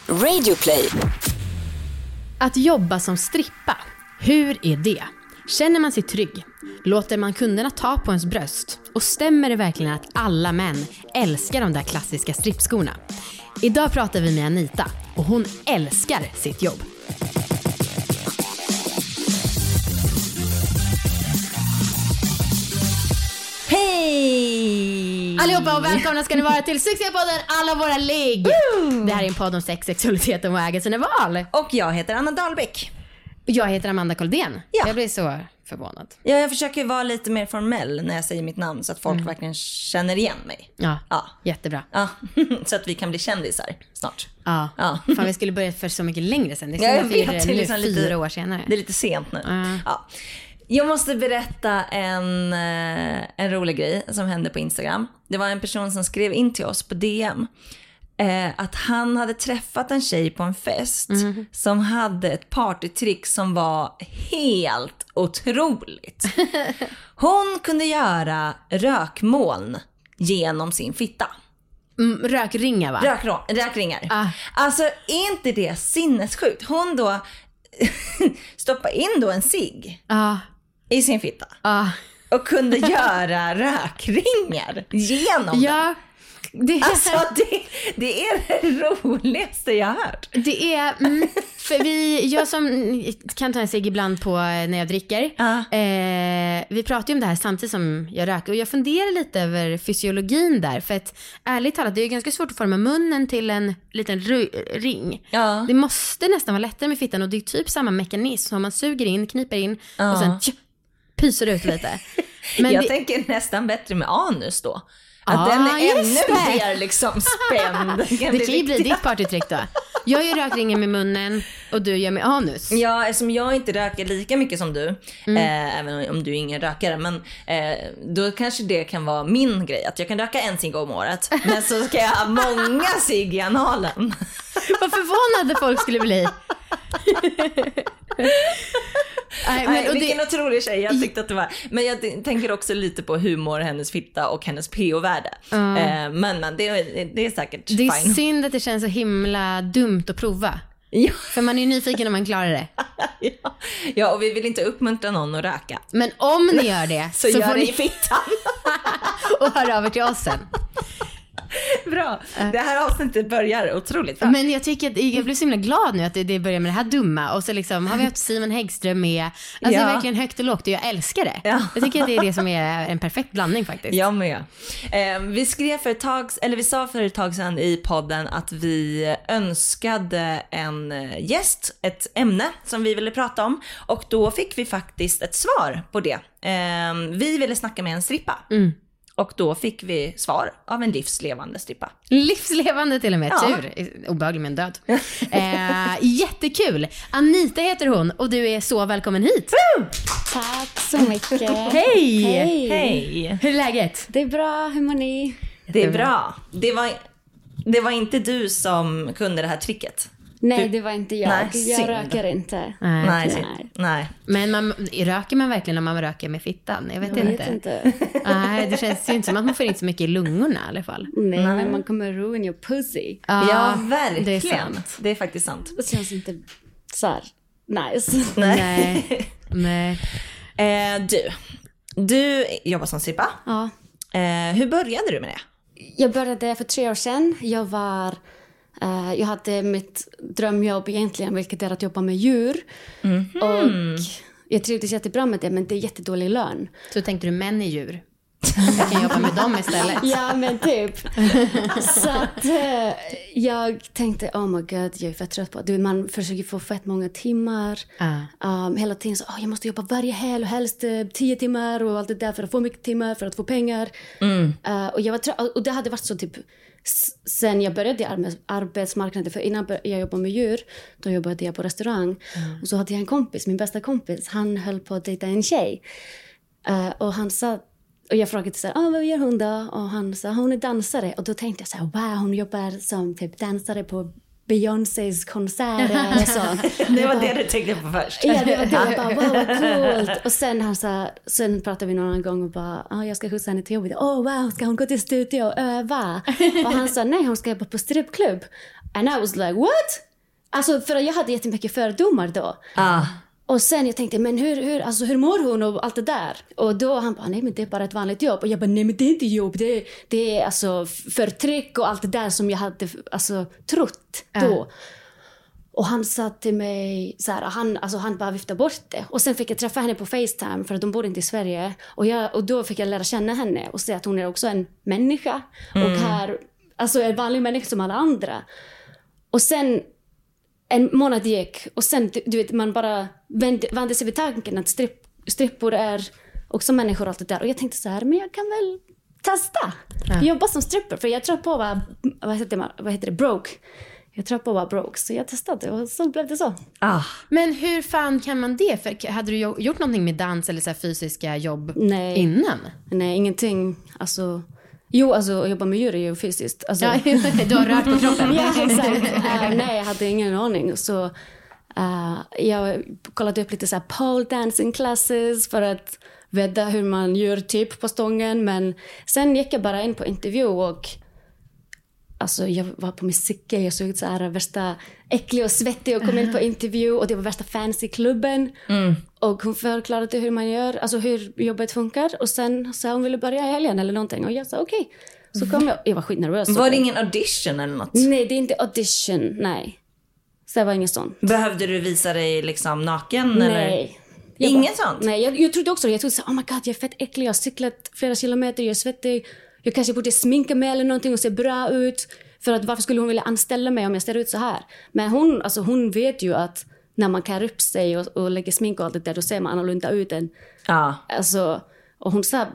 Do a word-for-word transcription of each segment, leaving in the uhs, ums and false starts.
Radioplay. Att jobba som strippa, hur är det? Känner man sig trygg? Låter man kunderna ta på ens bröst? Och stämmer det verkligen att alla män älskar de där klassiska strippskorna? Idag pratar vi med Anita och hon älskar sitt jobb. Hej! Allihopa och välkomna ska ni vara till succépodden Alla våra ligg. Det här är en podd om sex, sexualitet och äga sina val. Och jag heter Anna Dahlbäck. Jag heter Amanda Koldén. Ja. Jag blir så förvånad. Ja, jag försöker vara lite mer formell när jag säger mitt namn så att folk mm. verkligen känner igen mig. Ja, ja. Jättebra. Ja, så att vi kan bli kändisar snart. Ja, ja. Fan, vi skulle börja för så mycket längre sen. Det är, ja, jag fyra, vet, det är liksom fyra lite, år senare. Det är lite sent nu. Uh. Ja. Jag måste berätta en, en rolig grej som hände på Instagram. Det var en person som skrev in till oss på D M eh, att han hade träffat en tjej på en fest mm. som hade ett partytrick som var helt otroligt. Hon kunde göra rökmoln genom sin fitta. Mm, rökringar va? Rök, rökringar. Ah. Alltså är inte det sinnessjukt? Hon då stoppa in då en cigg ah. i sin fitta ah. och kunde göra rökringar genom ja, den. Det är... Alltså det, det är det roligaste jag har hört. Det är, mm, för vi, jag som kan ta en cigg ibland på när jag dricker. Uh. Eh, vi pratar ju om det här samtidigt som jag röker. Och jag funderar lite över fysiologin där. För att ärligt talat, det är ganska svårt att forma munnen till en liten ru- ring. Uh. Det måste nästan vara lättare med fittan. Och det är typ samma mekanism som man suger in, kniper in uh. och sen tja, pyser ut lite. Men jag det... tänker nästan bättre med anus då. Att ah, den är ännu det. mer liksom spänd. Det kan ju bli ditt partytrick då. Jag gör rökringen med munnen och du gör med anus. Ja, eftersom jag inte röker lika mycket som du, mm. eh, även om du är ingen rökare, men eh, då kanske det kan vara min grej. Att jag kan röka en cigg om året, men så ska jag ha många cigg i analen. Vad förvånade folk skulle bli. Nej, men, Nej, vilken det... otrolig tjej jag tyckte att det var. Men jag tänker också lite på humor, hennes fitta och hennes P O-värde. uh. eh, Men, men det, det är säkert det är fine. Synd att det känns så himla dumt att prova. Ja. För man är ju nyfiken om man klarar det. ja. ja, och vi vill inte uppmuntra någon att röka. Men om ni gör det så, så gör får ni i fittan. och hör över till oss sen. Bra, det här avsnittet börjar otroligt bra. Men jag tycker att jag blir så himla glad nu att det, det börjar med det här dumma. Och så liksom har vi haft Simon Häggström med. Alltså ja. Det är verkligen högt och lågt och jag älskar det. Ja. Jag tycker att det är det som är en perfekt blandning faktiskt. Jag med. eh, Vi skrev för ett tag, eller vi sa för ett tag sedan i podden att vi önskade en gäst, ett ämne som vi ville prata om. Och då fick vi faktiskt ett svar på det. eh, Vi ville snacka med en strippa. Mm. Och då fick vi svar av en livslevande strippa. Livslevande till och med, ja. Tur. Obehaglig men död. eh, Jättekul. Anita heter hon och du är så välkommen hit. Woo! Tack så mycket. Hej. Hej. Hej. Hur är läget? Det är bra, hur mår ni? Det är bra. Det var, det var inte du som kunde det här tricket. Nej, du... det var inte jag. Nej, jag synd. röker inte. Nej, nej, nej. nej. Men man, röker man verkligen om man röker med fittan? Jag vet jag inte. Vet inte. Nej, det känns ju inte som att man får in så mycket i lungorna i alla fall. Nej, nej. Men man kommer ruin your pussy. Ja, ja verkligen. Det är sant. Det är faktiskt sant. Det känns inte så här nice. Nej. nej. Eh, du, du jobbar som strippa. Ja. Eh, hur började du med det? Jag började för tre år sedan. Jag var... Uh, jag hade mitt drömjobb egentligen, vilket är att jobba med djur. Mm-hmm. Och jag trivdes jättebra med det, men det är jättedålig lön. Så tänkte du män i djur? Jag kan jobba med dem istället. Ja, men typ. Så att uh, jag tänkte, oh my god, jag är fett trött på det. Man försöker få fett många timmar. Uh. Um, hela tiden så, oh, jag måste jobba varje helg och helst uh, tio timmar och allt det där för att få mycket timmar, för att få pengar. Mm. Uh, och, jag var trött, och det hade varit så typ... Sen jag började i arbetsmarknaden, för innan jag jobbade med djur, då jobbade jag på restaurang. Mm. Och så hade jag en kompis, min bästa kompis, han höll på att dejta en tjej. Uh, och han sa, och jag frågade så här, ah, vad gör hon då? Och han sa, hon är dansare. Och då tänkte jag så här, wow, hon jobbar som typ dansare på Beyoncés konserter och sånt. Det var det du tänkte på först. Ja, det var det. Jag bara, wow, vad coolt. Och sen, han sa, sen pratade vi någon gång och bara, ah, jag ska skjutsa henne till jobbet. Åh, oh, wow, ska hon gå till studio och öva? Och han sa, nej, hon ska jobba på strippklubb. And I was like, what? Alltså, för jag hade jättemycket fördomar då. Ah. Och sen jag tänkte, men hur, hur, alltså, hur mår hon och allt det där? Och då han bara, nej men det är bara ett vanligt jobb. Och jag bara, nej men det är inte jobb. Det är, det är alltså förtryck och allt det där som jag hade alltså, trott då. Uh. Och han sa till mig, så här, han, alltså, han bara viftade bort det. Och sen fick jag träffa henne på FaceTime för att de bor inte i Sverige. Och, jag, och då fick jag lära känna henne och se att hon är också en människa. Mm. Och här, alltså en vanlig människa som alla andra. Och sen en månad gick och sen du vet, man bara vände, vände sig vid tanken att stripp, strippor är också människor och allt det där. Och jag tänkte så här, men jag kan väl testa. Ja. Jobba som stripper, för jag tror på att vara, vad heter det, vad heter det, broke. Jag tror på att vara broke, så jag testade och så blev det så. Ah. Men hur fan kan man det? För hade du gjort någonting med dans eller så här fysiska jobb Nej. innan? Nej, ingenting. Alltså... Jo, alltså jobba med djur är ju fysiskt. Alltså, ja, du har rört på kroppen. Ja, exakt. Uh, nej, jag hade ingen aning. Så uh, jag kollade upp lite så här pole dancing classes för att veta hur man gör typ på stången. Men sen gick jag bara in på intervju och alltså, jag var på min cykel. Jag såg ut så här värsta äcklig och svettig och kom in på intervju. Och det var värsta fancy klubben. Mm. Och hon förklarade hur man gör, alltså hur jobbet funkar. Och sen sa hon ville börja i helgen eller någonting. Och jag sa okej. Okay. Så kom jag, jag var skitnervös. Var det ingen audition eller något? Nej, det är inte audition, nej. Så det var inget sånt. Behövde du visa dig liksom naken? Nej. Eller? Inget bara, sånt? Nej, jag, jag trodde också det. Jag trodde så oh my god, jag är fett äcklig. Jag har cyklat flera kilometer, jag är svettig. Jag kanske borde sminka mig eller någonting och se bra ut. För att varför skulle hon vilja anställa mig om jag ser ut så här? Men hon, alltså, hon vet ju att när man kan upp sig och, och lägger smink och allt det där, då ser man annorlunda ut än... Ja. Alltså, och hon sa...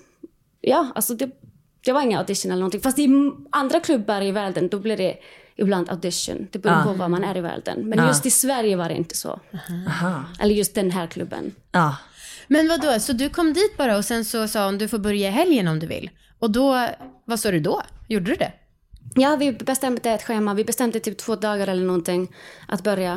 Ja, alltså det, det var inga audition eller någonting. Fast i andra klubbar i världen, då blir det ibland audition. Det beror ja. på var man är i världen. Men ja. just i Sverige var det inte så. Aha. Eller just den här klubben. Ja. Men vad då? Så du kom dit bara och sen så sa hon, du får börja i helgen om du vill. Och då, vad sa du då? Gjorde du det? Ja, vi bestämde ett schema. Vi bestämde typ två dagar eller någonting att börja.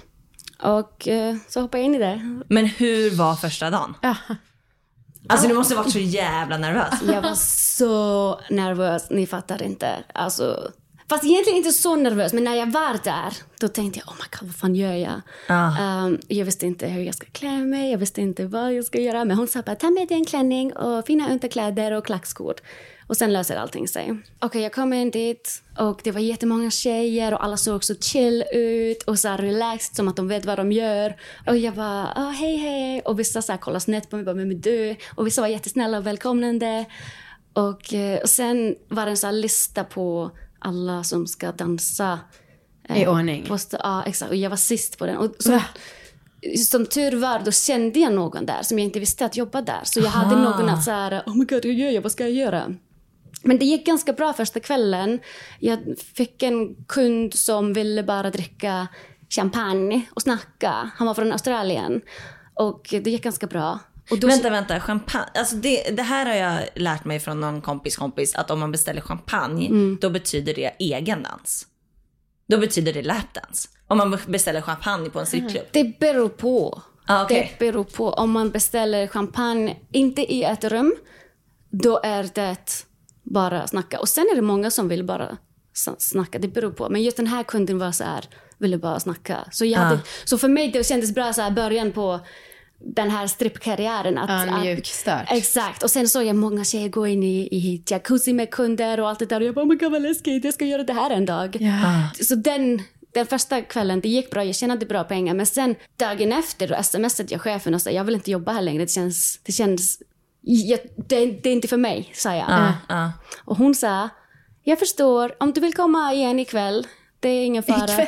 Och eh, så hoppade jag in i det. Men hur var första dagen? Ja. Alltså du måste ha varit så jävla nervös. Jag var så nervös, ni fattar inte. Alltså, fast egentligen inte så nervös, men när jag var där, då tänkte jag, oh my god, vad fan gör jag? Ah. Um, jag visste inte hur jag ska klä mig, jag visste inte vad jag ska göra. Men hon sa bara, ta med dig en klänning och fina underkläder och klackskor. Och sen löser allting sig. Okej, okay, jag kom in dit och det var jättemånga tjejer och alla såg så chill ut och så här relaxed, som att de vet vad de gör. Och jag bara, oh, hej hej. Och vissa så här kollade snett på mig, bara, men du. Och vissa var jättesnälla och välkomnande. Och, och sen var det en så här lista på alla som ska dansa. I eh, ordning. På, ja, exakt. Och jag var sist på den. Och så, ja. Som tur var, då kände jag någon där som jag inte visste att jobba där. Så jag Aha. hade någon att så här, oh my god, hur gör jag? Vad ska jag göra? Men det gick ganska bra första kvällen. Jag fick en kund som ville bara dricka champagne och snacka. Han var från Australien. Och det gick ganska bra. Och då... Vänta, vänta, champagne. Alltså det, det här har jag lärt mig från någon kompis kompis. Att om man beställer champagne, mm. då betyder det egen dans. Då betyder det lapdance. Om man beställer champagne på en strippklubb. Det beror på. Ah, okay. Det beror på. Om man beställer champagne inte i ett rum, då är det bara snacka. Och sen är det många som vill bara snacka. Det beror på. Men just den här kunden var så här, ville bara snacka. Så, jag hade, ah. så för mig det kändes bra så här början på den här strippkarriären. Att, ja, mjuk start. Exakt. Och sen såg jag många tjejer gå in i, i jacuzzi med kunder och allt det där. Och jag bara, oh my god vad läskigt, jag ska göra det här en dag. Ja. Så den, den första kvällen, det gick bra, jag tjänade bra pengar. Men sen dagen efter då smsade jag chefen och sa, jag vill inte jobba här längre. Det känns, det känns jag, det, det är inte för mig, sa jag. Uh, uh. Och hon sa, jag förstår, om du vill komma igen ikväll, det är ingen fara.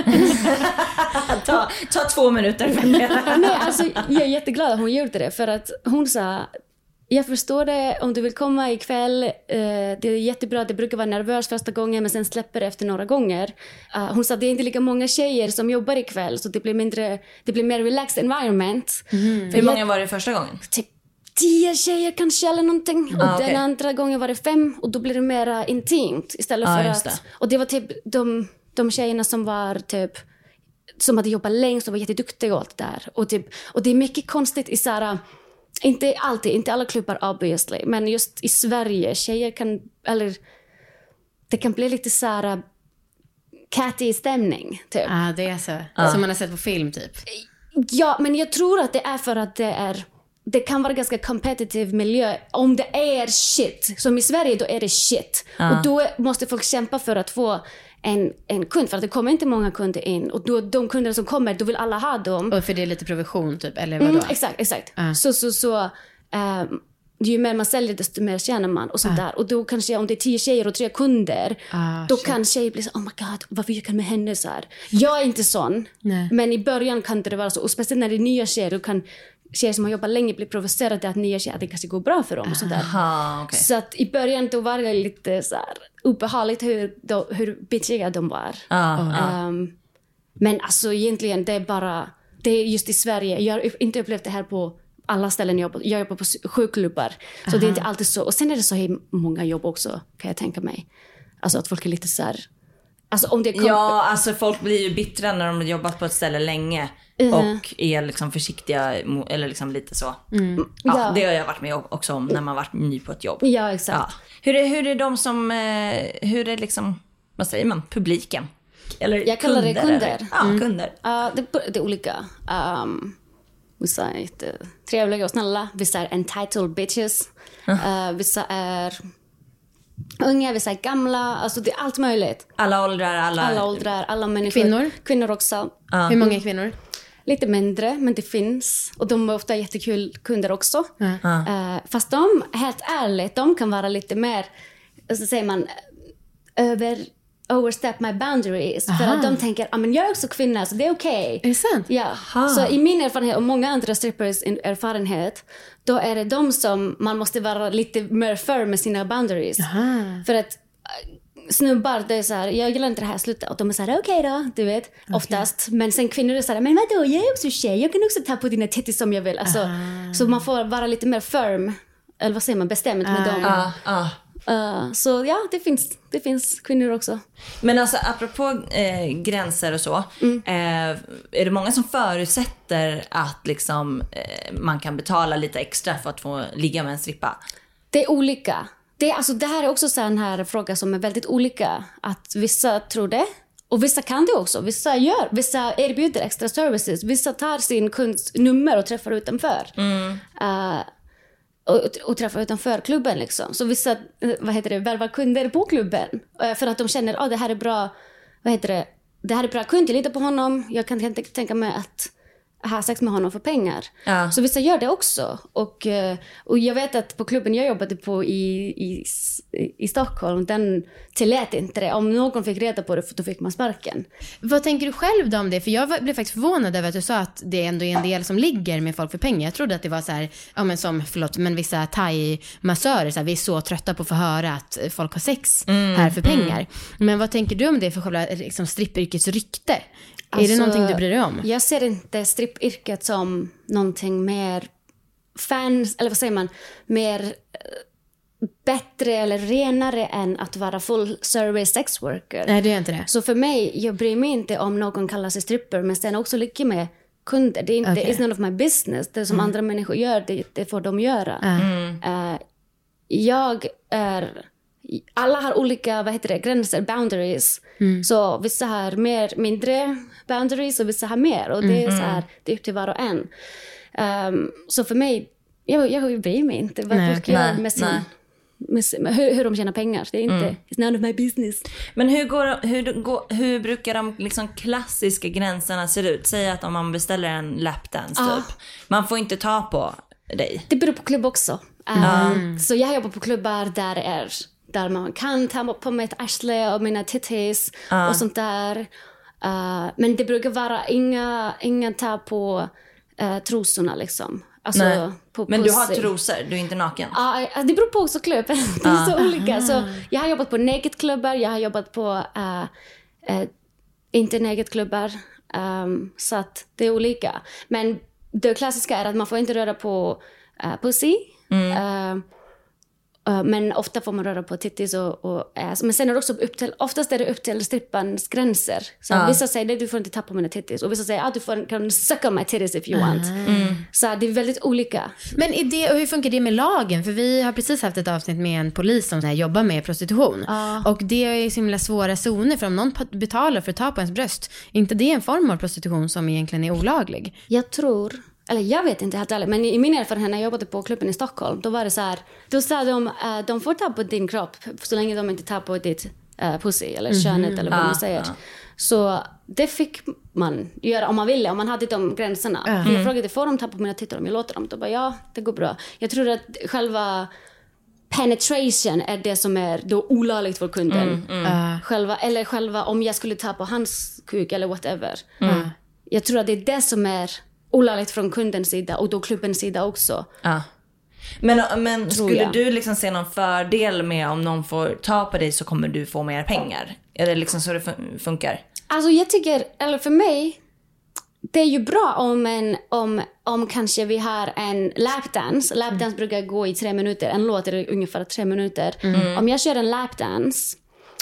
ta, ta två minuter för mig. Nej, alltså, jag är jätteglad att hon gjorde det. För att hon sa, jag förstår det, om du vill komma ikväll, eh, det är jättebra, det brukar vara nervös första gången, men sen släpper det efter några gånger. Uh, hon sa, det är inte lika många tjejer som jobbar ikväll, så det blir, mindre, det blir mer relaxed environment. Mm. Hur många jag, var det första gången? Typ tio tjejer kanske eller någonting. Ah, och okay. den andra gången var det fem, och då blir det mer intimt istället ah, för att... Och det var typ, de, de tjejerna som var typ som hade jobbat längst och var jätteduktiga och allt där. Och, typ, och det är mycket konstigt i Sara. Inte alltid, inte alla klubbar obviously. Men just i Sverige, tjejer kan, eller det kan bli lite Sara catty stämning typ. Ja, ah, det är så. Ah. Som man har sett på film typ. Ja, men jag tror att det är för att det är det kan vara ganska competitive miljö. Om det är shit, som i Sverige då är det shit. Ah. Och då måste folk kämpa för att få En, en kund, för att det kommer inte många kunder in och då, de kunder som kommer, då vill alla ha dem. Och för det är lite provision typ, eller vadå? Mm, exakt, exakt. Uh. Så, så, så um, ju mer man säljer desto mer tjänar man och sånt uh. där. Och då kanske om det är tio tjejer och tre kunder uh, då shit. Kan tjejer bli så, oh my god, varför jag kan med henne så här. Jag är inte sån. Nej. Men i början kan det vara så, och speciellt när det är nya tjejer, då kan tjejer som har jobbat länge blir provocerade att nya tjejer, att det kanske går bra för dem och sånt där. Aha, okay. Så att i början då var det lite så här obehagligt hur, då, hur bitchiga de var. Ah, ah. Um, men alltså egentligen det är bara, det är just i Sverige, jag har inte upplevt det här på alla ställen jag jobbar, jag jobbar på sjukklubbar. Så Aha. Det är inte alltid så. Och sen är det så i många jobb också, kan jag tänka mig. Alltså att folk är lite så här, alltså om det kom... Ja, alltså folk blir ju bittra när de har jobbat på ett ställe länge. Uh. Och är liksom försiktiga eller liksom lite så. Mm. Ja, ja. Det har jag varit med också om när man varit ny på ett jobb. Ja, exakt. Ja. Hur är, hur är de som, hur är liksom, vad säger man, publiken? Eller jag kallar kunder, det kunder. Eller? Ja, mm. kunder. Uh, det, det är olika. Um, vissa är inte trevliga och snälla. Vissa är entitled bitches. Uh, vissa är unga, vissa är gamla. Alltså det är allt möjligt. Alla åldrar, alla... Alla åldrar, alla människor. Kvinnor? Kvinnor också. Uh. Hur många är kvinnor? Lite mindre, men det finns. Och de är ofta jättekul kunder också. Uh. Uh, fast de, helt ärligt, de kan vara lite mer, så säger man, över... overstep my boundaries. Aha. För att de tänker, ja ah, men jag är också kvinna så det är okej. Okay. Är det sant? Ja. Aha. Så i min erfarenhet och många andra strippers erfarenhet, då är det de som man måste vara lite mer för med sina boundaries. Aha. För att snubbar, det är så här, jag gillar inte det här, sluta. Och de är så här, okej okay då, du vet, okay. Oftast. Men sen kvinnor är så här, men vadå, jag är också tjej, jag kan också ta på dina tittis som jag vill. Alltså, så man får vara lite mer firm, eller vad säger man, bestämt med dem. Ah, ah. Uh, så ja, det finns, det finns kvinnor också. Men alltså apropå eh, gränser och så, mm. eh, är det många som förutsätter att liksom, eh, man kan betala lite extra för att få ligga med en strippa? Det är olika. Det, är, alltså, det här är också så här fråga som är väldigt olika. Att vissa tror det och vissa kan det också. Vissa gör, vissa erbjuder extra services. Vissa tar sin kunds nummer och träffar utanför. Mm. Uh, Och, och träffa utanför klubben liksom. Så vissa, vad heter det, värvar kunder på klubben. För att de känner, ja oh, det här är bra, vad heter det, det här är bra kund, jag litar på honom. Jag kan inte tänka mig att ha sex med honom för pengar. Ja. Så vissa gör det också. Och, och jag vet att på klubben jag jobbade på i, i, i Stockholm, den tillät inte det. Om någon fick reda på det, då fick man sparken. Vad tänker du själv då om det? För jag blev faktiskt förvånad över att du sa att det ändå är en del som ligger med folk för pengar. Jag trodde att det var så här, ja men som, förlåt, men vissa thai-massörer, så här, vi är så trötta på att få höra att folk har sex mm, här för pengar. Mm. Men vad tänker du om det för själva liksom, strippyrkets rykte? Alltså, är det någonting du bryr dig om? Jag ser inte strippyrket som någonting mer fans, eller vad säger man, mer bättre eller renare än att vara full service sex worker. Nej, det är inte det. Så för mig, jag bryr mig inte om någon kallar sig stripper, men sen också ligger med kunder. Det är inte, okay. It's none of my business. Det som mm. andra människor gör, det, det får de göra. Mm. Uh, jag är... Alla har olika, vad heter det, gränser, boundaries. Mm. Så vissa har mer, mindre boundaries och vissa har mer. Och det är så här, det är upp till var och en. Um, så för mig, jag, jag bryr mig inte vad nej, folk gör med sin... Med, med hur, hur de tjänar pengar. Det är inte, mm. it's none of my business. Men hur, går, hur, går, hur brukar de liksom klassiska gränserna se ut? Säg att om man beställer en lapdance ah. typ. Man får inte ta på dig. Det beror på klubb också. Um, mm. Så jag jobbar på klubbar där är... Där man kan ta på mitt arsle och mina titties uh. och sånt där. Uh, men det brukar vara inga, inga ta på uh, trosorna liksom. Alltså, på men du har trosor, du är inte naken? Ja, uh, det beror på också klubben. Det är uh. så olika. Så jag har jobbat på naked-klubbar, jag har jobbat på uh, uh, inte naked-klubbar. Um, så att det är olika. Men det klassiska är att man får inte röra på uh, pussy. Mm. Uh, Uh, men ofta får man röra på tittis och, och ass. Men sen är det också upp till, oftast är det upp till strippans gränser. Så ja. Vissa säger att du får inte tappa mina tittis. Och vissa säger att ah, du får, kan suck on my tittis if you want. Mm. Så det är väldigt olika. Men är det, och hur funkar det med lagen? För vi har precis haft ett avsnitt med en polis som så här jobbar med prostitution. Ja. Och det är så himla svåra zoner. För om någon betalar för att ta på ens bröst, inte det är en form av prostitution som egentligen är olaglig? Jag tror... Eller jag vet inte helt ärligt, men i min erfarenhet när jag jobbade på klubben i Stockholm, då var det så här, då sa de att uh, de får ta på din kropp så länge de inte tar på ditt uh, pussy eller mm-hmm. könet eller vad man säger. Ja. Så det fick man göra om man ville, om man hade de gränserna. Mm. Jag frågade, får de ta på mina tittar om jag låter dem? Då bara, ja, det går bra. Jag tror att själva penetration är det som är då olagligt för kunden. Mm, mm. Uh. Själva, eller själva, om jag skulle ta på hans kuk eller whatever. Mm. Jag tror att det är det som är olagligt från kundens sida och då klubbens sida också. Ja. Men, men skulle jag. du liksom se någon fördel med om någon får ta på dig så kommer du få mer pengar? Är det liksom så det funkar? Alltså jag tycker, eller för mig, det är ju bra om, en, om, om kanske vi har en lapdance. Lapdance mm. brukar gå i tre minuter. En låt är ungefär tre minuter. Mm. Om jag kör en lapdance,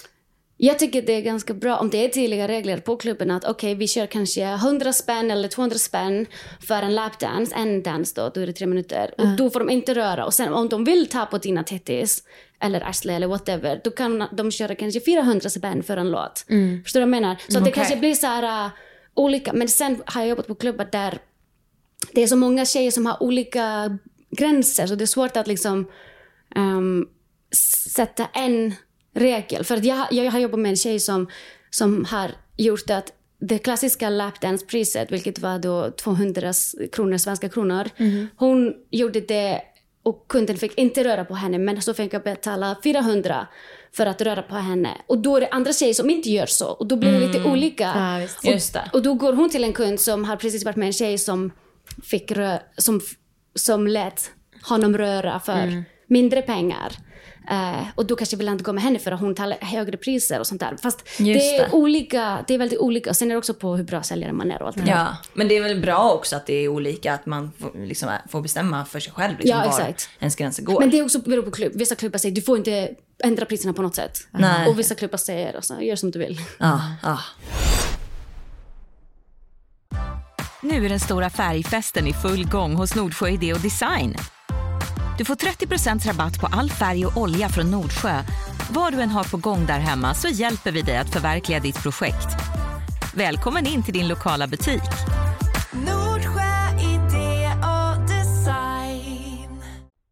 jag tycker det är ganska bra om det är tydliga regler på klubben att okej, okay, vi kör kanske hundra spänn eller tvåhundra spänn för en lapdance, en dans då, då är det tre minuter. Och uh. då får de inte röra. Och sen om de vill ta på dina tittis eller arsle eller whatever, då kan de köra kanske fyrahundra spänn för en låt. Mm. Förstår du vad jag menar? Så mm, det okay. kanske blir så här uh, olika. Men sen har jag jobbat på klubbar där det är så många tjejer som har olika gränser. Så det är svårt att liksom um, sätta en regel. För att jag, jag har jobbat med en tjej som, som har gjort att det klassiska lapdance-priset, vilket var då tvåhundra kronor, svenska kronor. Mm. Hon gjorde det och kunden fick inte röra på henne, men så fick jag betala fyrahundra för att röra på henne. Och då är det andra tjejer som inte gör så. Och då blir det mm. lite olika. Ja, just, just det. Och, och då går hon till en kund som har precis varit med en tjej som fick rö- som, som lät honom röra för mm. mindre pengar. Uh, och då kanske vill han inte gå med henne för att hon tar högre priser och sånt där. Fast det är, det. olika, det är väldigt olika. Och sen är det också på hur bra säljare man är och allt det. Ja, men det är väl bra också att det är olika. Att man får, liksom, får bestämma för sig själv liksom, ja, var ens gränser går. Men det är också beror på klubb. Vissa klubbar säger du får inte ändra priserna på något sätt. Nej. Och vissa klubbar säger alltså, gör som du vill. Ja, ja. Nu är den stora färgfesten i full gång hos Nordsjö Idé och Design. Du får trettio procent rabatt på all färg och olja från Nordsjö. Vad du än har på gång där hemma så hjälper vi dig att förverkliga ditt projekt. Välkommen in till din lokala butik. Nordsjö Idé och Design.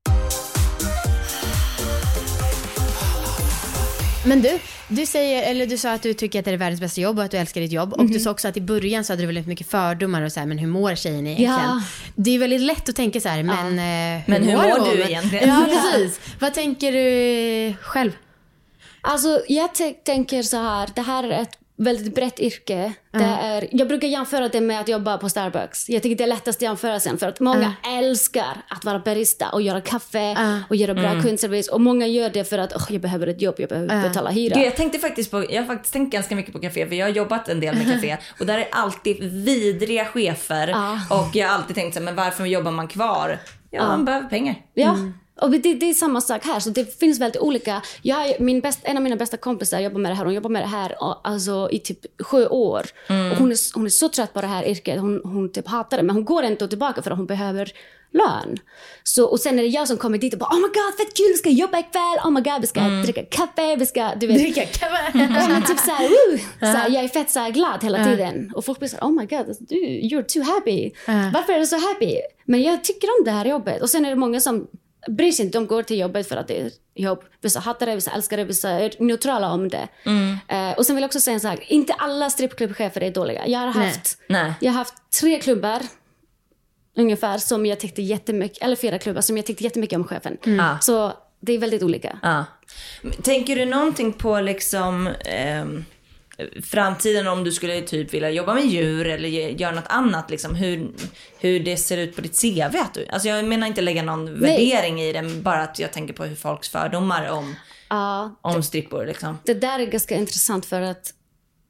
Men du, du säger, eller du sa att du tycker att det är världens bästa jobb och att du älskar ditt jobb. Mm-hmm. Och du sa också att i början så hade du väldigt mycket fördomar och så här, men hur mår tjejen egentligen? Ja. Det är väldigt lätt att tänka så här, men, ja. men hur, hur mår, mår du egentligen? Ja, precis. Vad tänker du själv? Alltså, jag t- tänker så här, det här är ett väldigt brett yrke. Mm. Det är, jag brukar jämföra det med att jobba på Starbucks. Jag tycker det är lättast att jämföra sen. För att många mm. älskar att vara barista och göra kaffe mm. och göra bra mm. kundservice. Och många gör det för att oh, jag behöver ett jobb, jag behöver mm. betala hyra. Jag tänkte faktiskt på, jag har faktiskt tänkt ganska mycket på café. För jag har jobbat en del med café. Och där är alltid vidriga chefer. Mm. Och jag har alltid tänkt så här, men varför jobbar man kvar? Ja, mm. man behöver pengar. Ja. Mm. Och det, det är samma sak här, så det finns väldigt olika. Jag, min bäst, en av mina bästa kompisar jobbar med det här. Hon jobbar med det här alltså, i typ sju år. Mm. Och hon är, hon är så trött på det här yrket. Hon, hon typ hatar det, men hon går inte tillbaka för att hon behöver lön. Så, och sen är det jag som kommer dit och bara, oh my god, fett kul, vi ska jobba ikväll. Oh my god, vi ska mm. dricka kaffe. Vi ska, du vet. Dricka kaffe. Men typ så här, woo, så här, jag är fett så här glad hela tiden. Och folk blir så här, oh my god, du, you're too happy. Uh. Varför är du så happy? Men jag tycker om det här jobbet. Och sen är det många som bryr sig inte, de går till jobbet för att det är jobb. Vissa hatar det, vissa älskar det, vissa är neutrala om det. Mm. Uh, och sen vill jag också säga en sak. Inte alla strippklubbchefer är dåliga. Jag har haft, Nej. Jag har haft tre klubbar ungefär som jag tyckte jättemycket, eller fyra klubbar som jag tyckte jättemycket om chefen. Mm. Ah. Så det är väldigt olika. Ah. Tänker du någonting på liksom eh, framtiden om du skulle typ vilja jobba med djur eller göra något annat liksom, hur, hur det ser ut på ditt C V? Du? Alltså jag menar inte lägga någon Nej. värdering i det, bara att jag tänker på hur folks fördomar om, ah, om strippor liksom. Det där är ganska intressant för att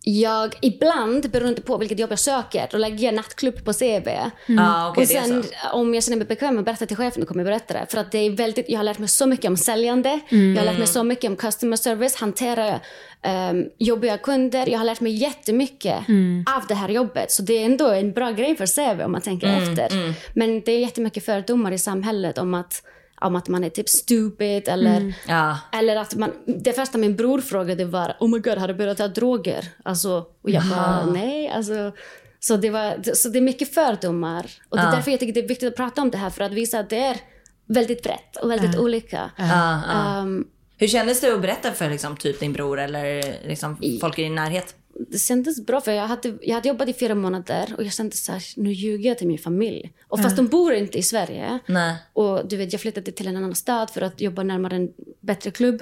jag ibland, beroende på vilket jobb jag söker, då lägger jag nattklubb på C V. Mm. Ah, okay, och sen om jag känner mig bekväm med att berätta till chefen, då kommer jag berätta det. För att det är väldigt, jag har lärt mig så mycket om säljande. Mm. Jag har lärt mig så mycket om customer service, hantera um, jobbiga kunder. Jag har lärt mig jättemycket mm. av det här jobbet. Så det är ändå en bra grej för C V om man tänker mm. efter. Mm. Men det är jättemycket fördomar i samhället om att om att man är typ stupid eller, mm. ja. eller att man, det första min bror frågade var, oh my god, har du börjat ta droger? Alltså, och jag bara, nej, alltså, så det var, så det är mycket fördomar och det är ja. därför jag tycker det är viktigt att prata om det här, för att visa att det är väldigt brett och väldigt ja. olika. Ja, ja. Um, Hur kändes det att berätta för liksom, typ din bror eller liksom, folk i din närhet? Det kändes bra, för jag hade, jag hade jobbat i fyra månader och jag kände så här, nu ljuger jag till min familj. Och fast mm. de bor inte i Sverige. Nej. Och du vet, jag flyttade till en annan stad för att jobba närmare en bättre klubb.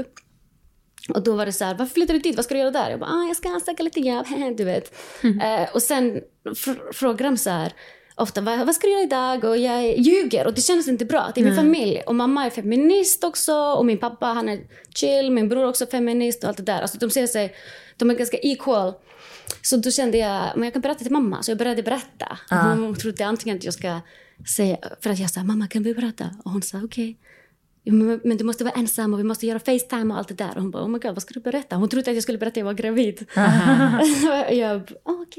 Och då var det så här, varför flyttar du dit? Vad ska du göra där? Jag bara, ah, jag ska ansöka lite jobb, du vet. Mm. Uh, och sen fr- frågar de så här, ofta, vad, vad ska du göra idag? Och jag ljuger och det känns inte bra. Det är min mm. familj. Och mamma är feminist också. Och min pappa, han är chill. Min bror också feminist och allt det där. Alltså de ser sig, de är ganska equal. Så då kände jag, men jag kan berätta till mamma. Så jag började berätta. Uh. Hon trodde antingen att jag ska säga, för att jag sa, mamma kan vi berätta? Och hon sa, okej. Okay. Men, men du måste vara ensam och vi måste göra FaceTime och allt det där. Och hon bara, oh my god, vad ska du berätta? Hon trodde att jag skulle berätta att jag var gravid. Uh-huh. jag, oh, okay.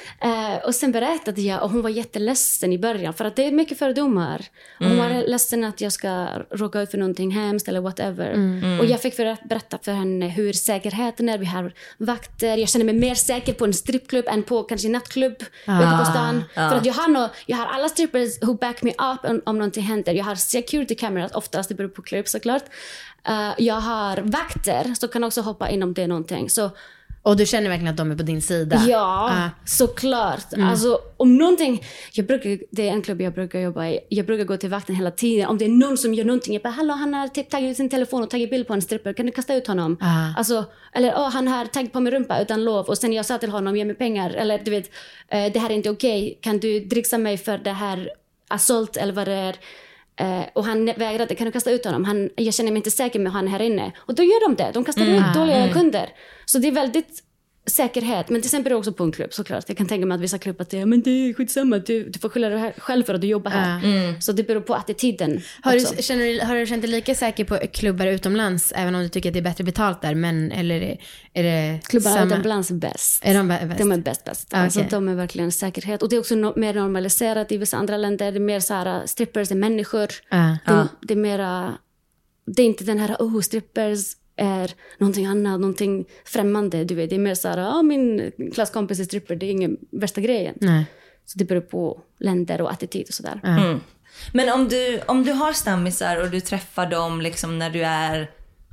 uh, och sen berättade jag, och hon var jätteledsen i början. För att det är mycket fördomar. Mm. Hon var ledsen att jag ska råka ut för någonting hemskt eller whatever. Mm. Och jag fick för att berätta för henne hur säkerheten är. Vi har vakter. Jag känner mig mer säker på en strippklubb än på kanske en nattklubb uh-huh. ute på stan. Uh-huh. För att jag har, no, jag har alla strippers who back me up om, om någonting händer. Jag har security cameras oftast. Det beror på klubb såklart. Uh, jag har vakter som kan också hoppa in om det är någonting. Så, och du känner verkligen att de är på din sida? Ja, uh. såklart. Mm. Alltså, om någonting, jag brukar, det är en klubb jag brukar jobba i. Jag brukar gå till vakten hela tiden. Om det är någon som gör någonting, jag bara, hallå, han har typ tagit ut sin telefon och tagit bild på en stripper. Kan du kasta ut honom? Uh. Alltså, eller, oh, han har tagit på min rumpa utan lov. Och sen jag sa till honom, ge mig pengar. Eller du vet, uh, det här är inte okej. Okay. Kan du dricksa mig för det här assault eller vad det är? Uh, och han vägrade, kan du kasta ut honom? Han, jag känner mig inte säker med han här inne. Och då gör de det, de kastar mm. ut dåliga mm. kunder. Så det är väldigt säkerhet. Men till exempel också på en klubb såklart. Jag kan tänka mig att vissa klubbar säger, men det är skitsamma, du, du får skylla dig själv för att du jobbar här. Mm. Så det beror på attityden. Har du, känner du, har du känt dig lika säker på klubbar utomlands, även om du tycker att det är bättre betalt där? Men, eller är, är det klubbar samma? utomlands är bäst. Är de bäst? De är bäst, bäst. Okay. Alltså, de är verkligen säkerhet. Och det är också no- mer normaliserat i vissa andra länder. Det är mer så här, strippers är människor. Uh. Det, uh. det är mera, det är inte den här, oh, strippers är någonting annat, någonting främmande, du vet. Det är mer så här, ja, min klasskompis är stripper, det är ingen värsta grejen. Nej. Så det beror på länder och attityd och sådär. Mm. Men om du, om du har stammisar och du träffar dem liksom när du är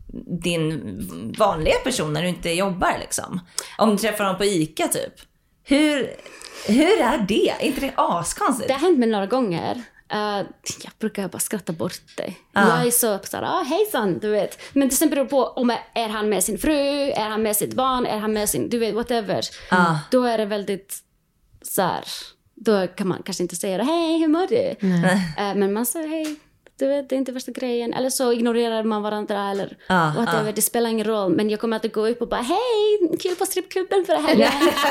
din vanliga person, när du inte jobbar liksom. Om du träffar dem på ICA typ. Hur, hur är det? Är inte det askonstigt? Det har hänt mig några gånger. Uh, jag brukar bara skratta bort det. Ah. Jag är så såhär, ah, hejsan, du vet. Men det beror på om är han med sin fru, är han med sitt barn, är han med sin, du vet, whatever. Ah. Då är det väldigt så här, då kan man kanske inte säga hej, hur mår du? Mm. Uh, men man säger hej, du vet, det är inte värsta grejen. Eller så ignorerar man varandra eller ah, whatever, ah. det spelar ingen roll. Men jag kommer att gå upp och bara, hej, kul på strippklubben för det här.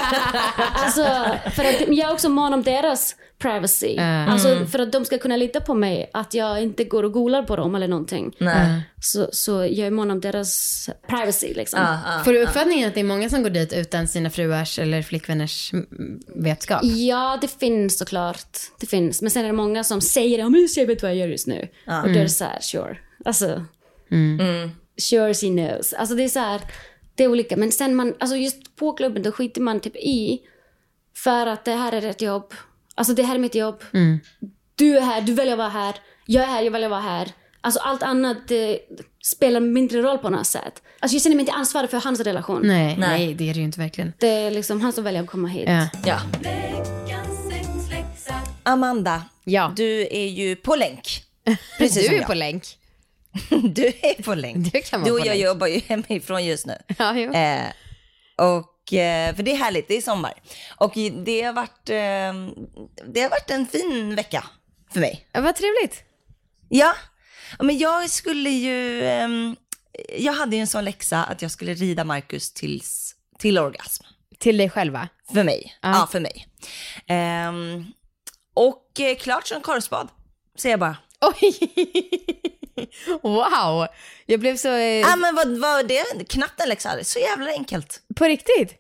Alltså, för att jag är också mån om deras privacy. Mm. Alltså för att de ska kunna lita på mig, att jag inte går och golar på dem eller någonting. Mm. Så, så jag är mån om deras privacy liksom. Ah, ah, Får du uppfattningen ah. att det är många som går dit utan sina fruars eller flickvänners vetskap? Ja, det finns såklart. Det finns. Men sen är det många som säger, ja men jag vet vad jag gör just nu. Ah. Och då är det så här, sure. Alltså, mm. Mm. sure she knows. Alltså det är så här, det är olika. Men sen man, alltså just på klubben då skiter man typ i, för att det här är rätt jobb. Alltså det här är mitt jobb. Mm. Du är här, du väljer att vara här. Jag är här, jag väljer att vara här. Alltså allt annat eh, spelar mindre roll på något sätt. Alltså jag känner mig inte ansvarig för hans relation. Nej, nej, nej, det är det ju inte verkligen. Det är liksom han som väljer att komma hit. Ja. Ja. Amanda, ja. Du är ju på länk. Precis du är på länk. Du är på länk. Du, kan du och jag länk. Jobbar ju hemifrån just nu. Ja, jo. Eh, och för det är härligt, det är sommar. Och det har varit det har varit en fin vecka för mig. Ja, vad trevligt. Ja, men jag skulle ju jag hade ju en sån läxa att jag skulle rida Marcus tills, till orgasm. Till dig själva? För mig. Ja. Ja, för mig. Um, och eh, klart som korvspad, säger jag bara. Oj! Wow! Jag blev så... Eh... Ja, ah, men vad var det? Knappt en läxa. Så jävla enkelt. På riktigt?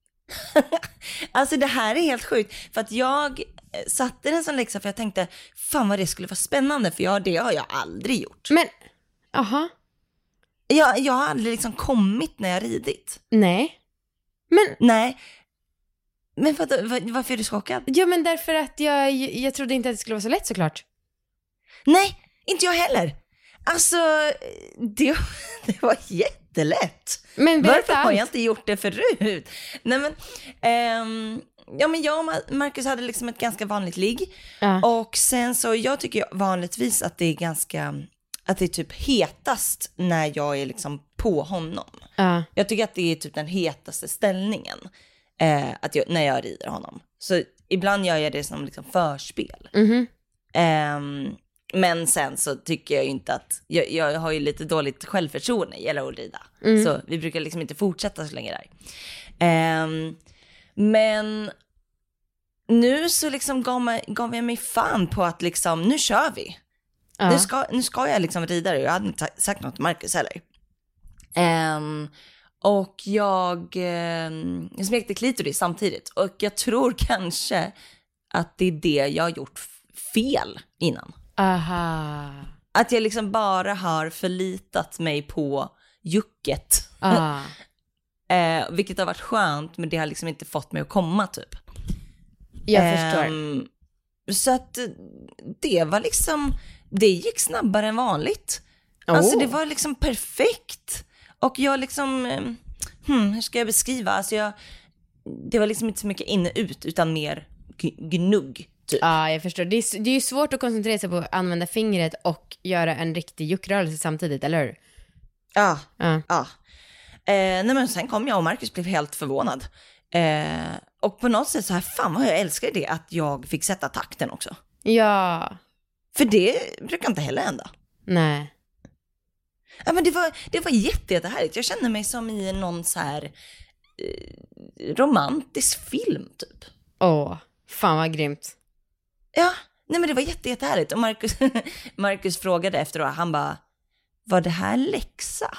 Alltså det här är helt sjukt. För att jag satte den som läxa för jag tänkte, fan vad det skulle vara spännande. För jag, det har jag aldrig gjort. Men, aha. Jag, jag har aldrig liksom kommit när jag ridit. Nej. Men... Nej. Men för, var, varför är du chockad? Ja, men därför att jag, jag trodde inte att det skulle vara så lätt såklart. Nej, inte jag heller. Alltså, det, det var jättelätt. Men varför allt. har jag inte gjort det förut? Nej men, ehm, ja men jag och Marcus hade liksom ett ganska vanligt ligg. Ja. Och sen så, jag tycker vanligtvis att det är ganska, att det är typ hetast när jag är liksom på honom. Ja. Jag tycker att det är typ den hetaste ställningen. Eh, att jag, när jag rider honom. Så ibland gör jag det som liksom förspel. Mhm. Ehm, men sen så tycker jag ju inte att, jag, jag har ju lite dåligt självförtroende gäller att rida. Mm. Så vi brukar liksom inte fortsätta så länge där. Um, men nu så liksom gav, man, gav jag mig fan på att liksom, nu kör vi. Ja. Nu, ska, nu ska jag liksom rida det. Jag hade inte sagt något till Marcus heller. Um, och jag, um, jag smekte klitoris samtidigt. Och jag tror kanske att det är det jag har gjort fel innan. Aha. Att jag liksom bara har förlitat mig på jucket. Ah. eh, vilket har varit skönt, men det har liksom inte fått mig att komma typ. Jag eh, förstår. Så att det var liksom, det gick snabbare än vanligt. Oh. Alltså det var liksom perfekt. Och jag liksom, hmm, hur ska jag beskriva? Alltså jag, det var liksom inte så mycket in och ut, utan mer gnugg. Typ. Ja, jag förstår. Det är, det är ju svårt att koncentrera sig på att använda fingret och göra en riktig juckrörelse samtidigt, eller hur? Ja, ja. ja. Eh, nej men sen kom jag och Marcus blev helt förvånad. Eh, och på något sätt så här, fan vad jag älskar det att jag fick sätta takten också. Ja. För det brukar inte heller hända. Nej. Ja, men det var, det var jätte, jättehärligt. Jag kände mig som i någon så här eh, romantisk film typ. Åh, fan vad grymt. Ja, nej men det var jätte, jättehärligt. Och Marcus, Marcus frågade efteråt, han bara, var det här läxa?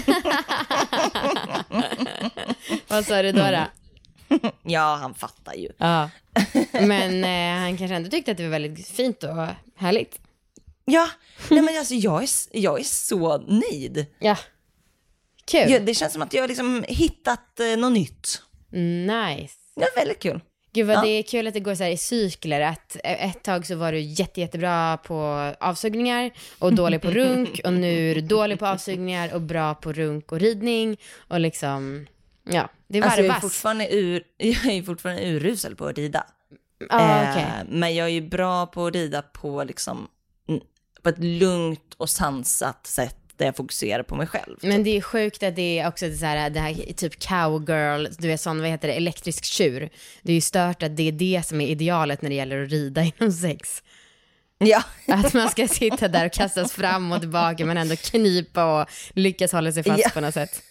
Vad sa du då då? Ja, han fattar ju. Ja. Men eh, han kanske ändå tyckte att det var väldigt fint och härligt. Ja, nej men alltså jag är, jag är så nöjd. Ja, kul. Ja, det känns som att jag har liksom hittat eh, något nytt. Nice. Ja, väldigt kul. Gud vad ja. Det är kul att det går så här i cykler. Att ett tag så var du jätte, jättebra på avsugningar och dålig på runk. Och nu är du dålig på avsugningar och bra på runk och ridning. Och liksom, ja, det varvas. Alltså jag är fortfarande, ur, jag är fortfarande urusel på att rida. Ah, okay. eh, men jag är ju bra på att rida på, liksom, på ett lugnt och sansat sätt. Där jag fokuserar på mig själv. Typ. Men det är sjukt att det är också så här, det här typ cowgirl, du vet sån, vad heter det, elektrisk tjur. Det är ju stört att det är det som är idealet när det gäller att rida inom sex. Ja. Att man ska sitta där och kastas fram och tillbaka men ändå knipa och lyckas hålla sig fast ja. På något sätt.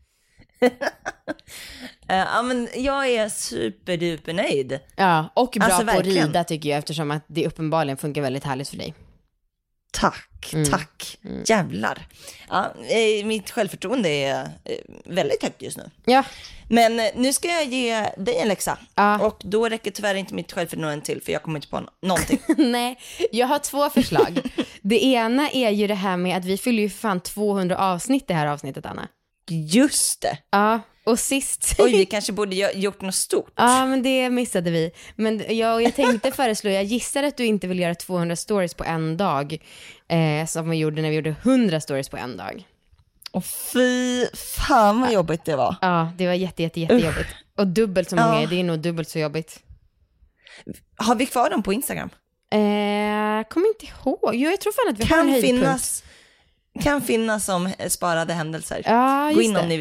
Ja, men jag är superduper nöjd. Ja, och bra alltså, på verkligen. att rida tycker jag, eftersom att det uppenbarligen funkar väldigt härligt för dig. Tack, mm. tack. Mm. Jävlar. Ja, mitt självförtroende är väldigt högt just nu. Ja. Men nu ska jag ge dig en läxa. Ja. Och då räcker tyvärr inte mitt självförtroende till, för jag kommer inte på någonting. Nej, jag har två förslag. Det ena är ju det här med att vi fyller ju fan tvåhundra avsnitt det här avsnittet, Anna. Just det. Ja, och sist... Oj, vi kanske borde gjort något stort. Ja, men det missade vi. Men jag, jag tänkte föreslå, jag gissar att du inte vill göra tvåhundra stories på en dag. Eh, som vi gjorde när vi gjorde hundra stories på en dag. Och fy fan vad jobbigt det var. Ja, det var jätte, jätte, jättejobbigt. Och dubbelt så många, ja. Det är nog dubbelt så jobbigt. Har vi kvar dem på Instagram? Eh, kommer inte ihåg. Jo, jag tror fan att vi kan har en höjdpunkt. Finnas, kan finnas som sparade händelser. Ja, gå in det. om ni vill.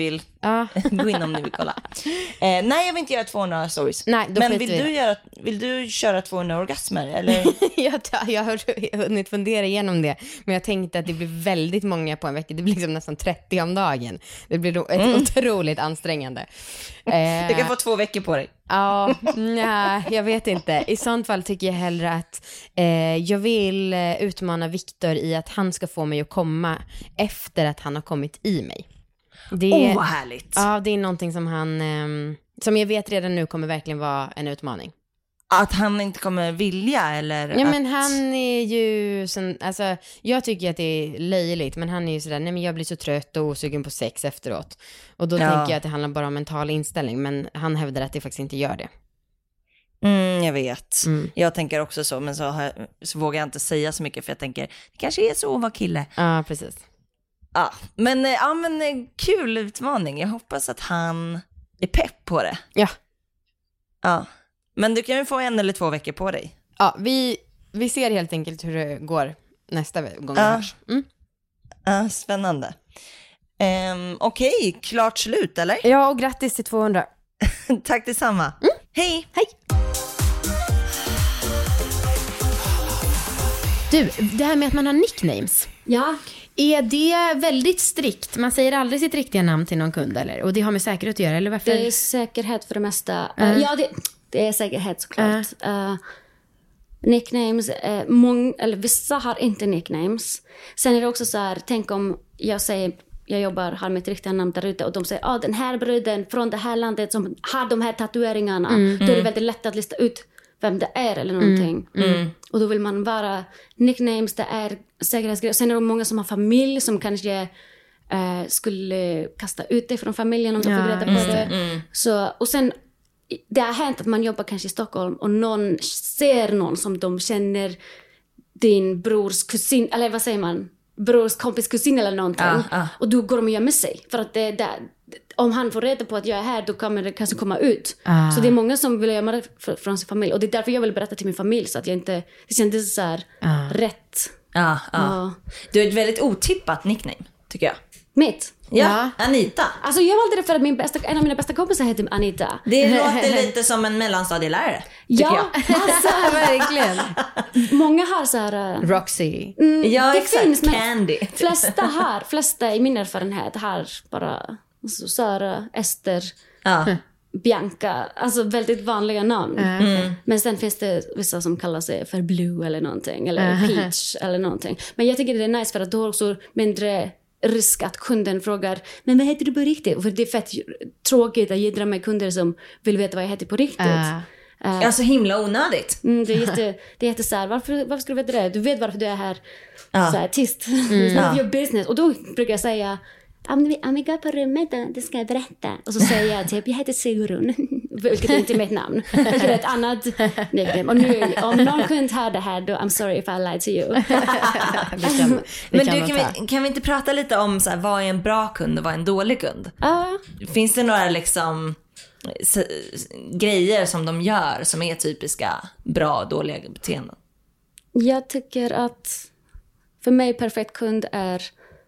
Ja. Gå in om ni vill kolla. Eh, nej, jag vill inte göra tvåhundra stories. Nej, då men skiter vill vi i du, det. göra, vill du köra tvåhundra orgasmer? Eller? jag, tar- jag har hunnit fundera igenom det. Men jag tänkte att det blir väldigt många på en vecka. Det blir liksom nästan trettio om dagen. Det blir då ett Mm. otroligt ansträngande. Du Eh, kan få två veckor på dig. Ja, nej, jag vet inte. I sånt fall tycker jag hellre att eh, jag vill eh, utmana Viktor i att han ska få mig att komma efter att han har kommit i mig. Det Åh, är, oh, vad härligt. ja, det är någonting som han, eh, som jag vet redan nu kommer verkligen vara en utmaning. Att han inte kommer vilja eller Ja, att... men han är ju sen, alltså, jag tycker att det är löjligt, men han är ju sådär, nej men jag blir så trött och osugen på sex efteråt. Och då Ja. tänker jag att det handlar bara om mental inställning, men han hävdar att det faktiskt inte gör det. Mm, jag vet. Mm. Jag tänker också så, men så, har jag, så vågar jag inte säga så mycket för jag tänker, det kanske är så att vara kille. Ja, precis. Ja, men, eh, ja, men eh, kul utmaning. Jag hoppas att han är pepp på det. Ja. Ja. Men du kan ju få en eller två veckor på dig. Ja, vi, vi ser helt enkelt hur det går nästa gång vi Ja. hörs. Mm. Ja, spännande. Um, Okej, okay, klart slut eller? Ja, och grattis till tvåhundra. Tack detsamma. Mm. Hej! Hej! Du, det här med att man har nicknames. Ja, Är det väldigt strikt? Man säger aldrig sitt riktiga namn till någon kund eller? Och det har med säkerhet att göra, eller varför? det är säkerhet för det mesta. Mm. Uh, ja, det, det är säkerhet såklart. Uh, nicknames, uh, mång, eller vissa har inte nicknames. Sen är det också så här, tänk om jag säger, jag jobbar, har mitt riktiga namn där ute och de säger, ah, den här bruden från det här landet som har de här tatueringarna. Mm. Då är det väldigt lätt att lista ut vem det är eller någonting. Mm. Och då vill man vara nicknames, det är säkerhetsgrejer. Sen är det många som har familj som kanske eh, skulle kasta ut dig från familjen om de Ja, får reda på just det. Mm. Så, och sen, det har hänt att man jobbar kanske i Stockholm och någon ser någon som de känner din brors kusin, eller vad säger man? Brors kompis kusin eller någonting. Ja, ja. Och då går de och gömmer sig. För att det, det, om han får reda på att jag är här, då kommer det kanske komma ut. Ah. Så det är många som vill gömma det fr- från sin familj. Och det är därför jag vill berätta till min familj. Så att jag inte, det kändes så här Ah. rätt. Ja, ja. Ja. Du har ett väldigt otippat nickname, tycker jag. Mitt. Ja, Anita. Alltså jag valde det för att min bästa, en av mina bästa kompisar heter Anita. Det låter lite som en mellanstadielärare, tycker Ja, jag. alltså, Verkligen. många har så här... äh, Roxy. mm, Ja, det exakt. finns, men Candy. flesta har, flesta i min erfarenhet har bara alltså, Sara, Ester, Ja. Bianca, alltså väldigt vanliga namn. Mm. Men sen finns det vissa som kallar sig för Blue eller någonting, eller Peach eller någonting. Men jag tycker det är nice för att då har också mindre risk att kunden frågar, men vad heter du på riktigt? För det är fett tråkigt att jiddra med kunder som vill veta vad jag heter på riktigt. Ah. Uh, Ja, så himla onödigt. Mm, det är jätte, det är jätte så här, varför, varför ska du veta det? Du vet varför du är här, Ja. så här tyst. It's not Ja. your business. Och då brukar jag säga, om vi, om vi går på rummet då, det ska jag berätta. Och så säger jag typ, jag heter Sigurun. Vilket är inte mitt namn. Vilket är ett annat nickname. Och nu, om någon kund hör det här, då I'm sorry if I lied to you. Det kan, det Men kan du, man kan ta. vi, kan vi inte prata lite om så här, vad är en bra kund och vad är en dålig kund? Ja, Finns det några liksom s- s- grejer som de gör som är typiska bra och dåliga beteenden? jag tycker att för mig perfekt kund är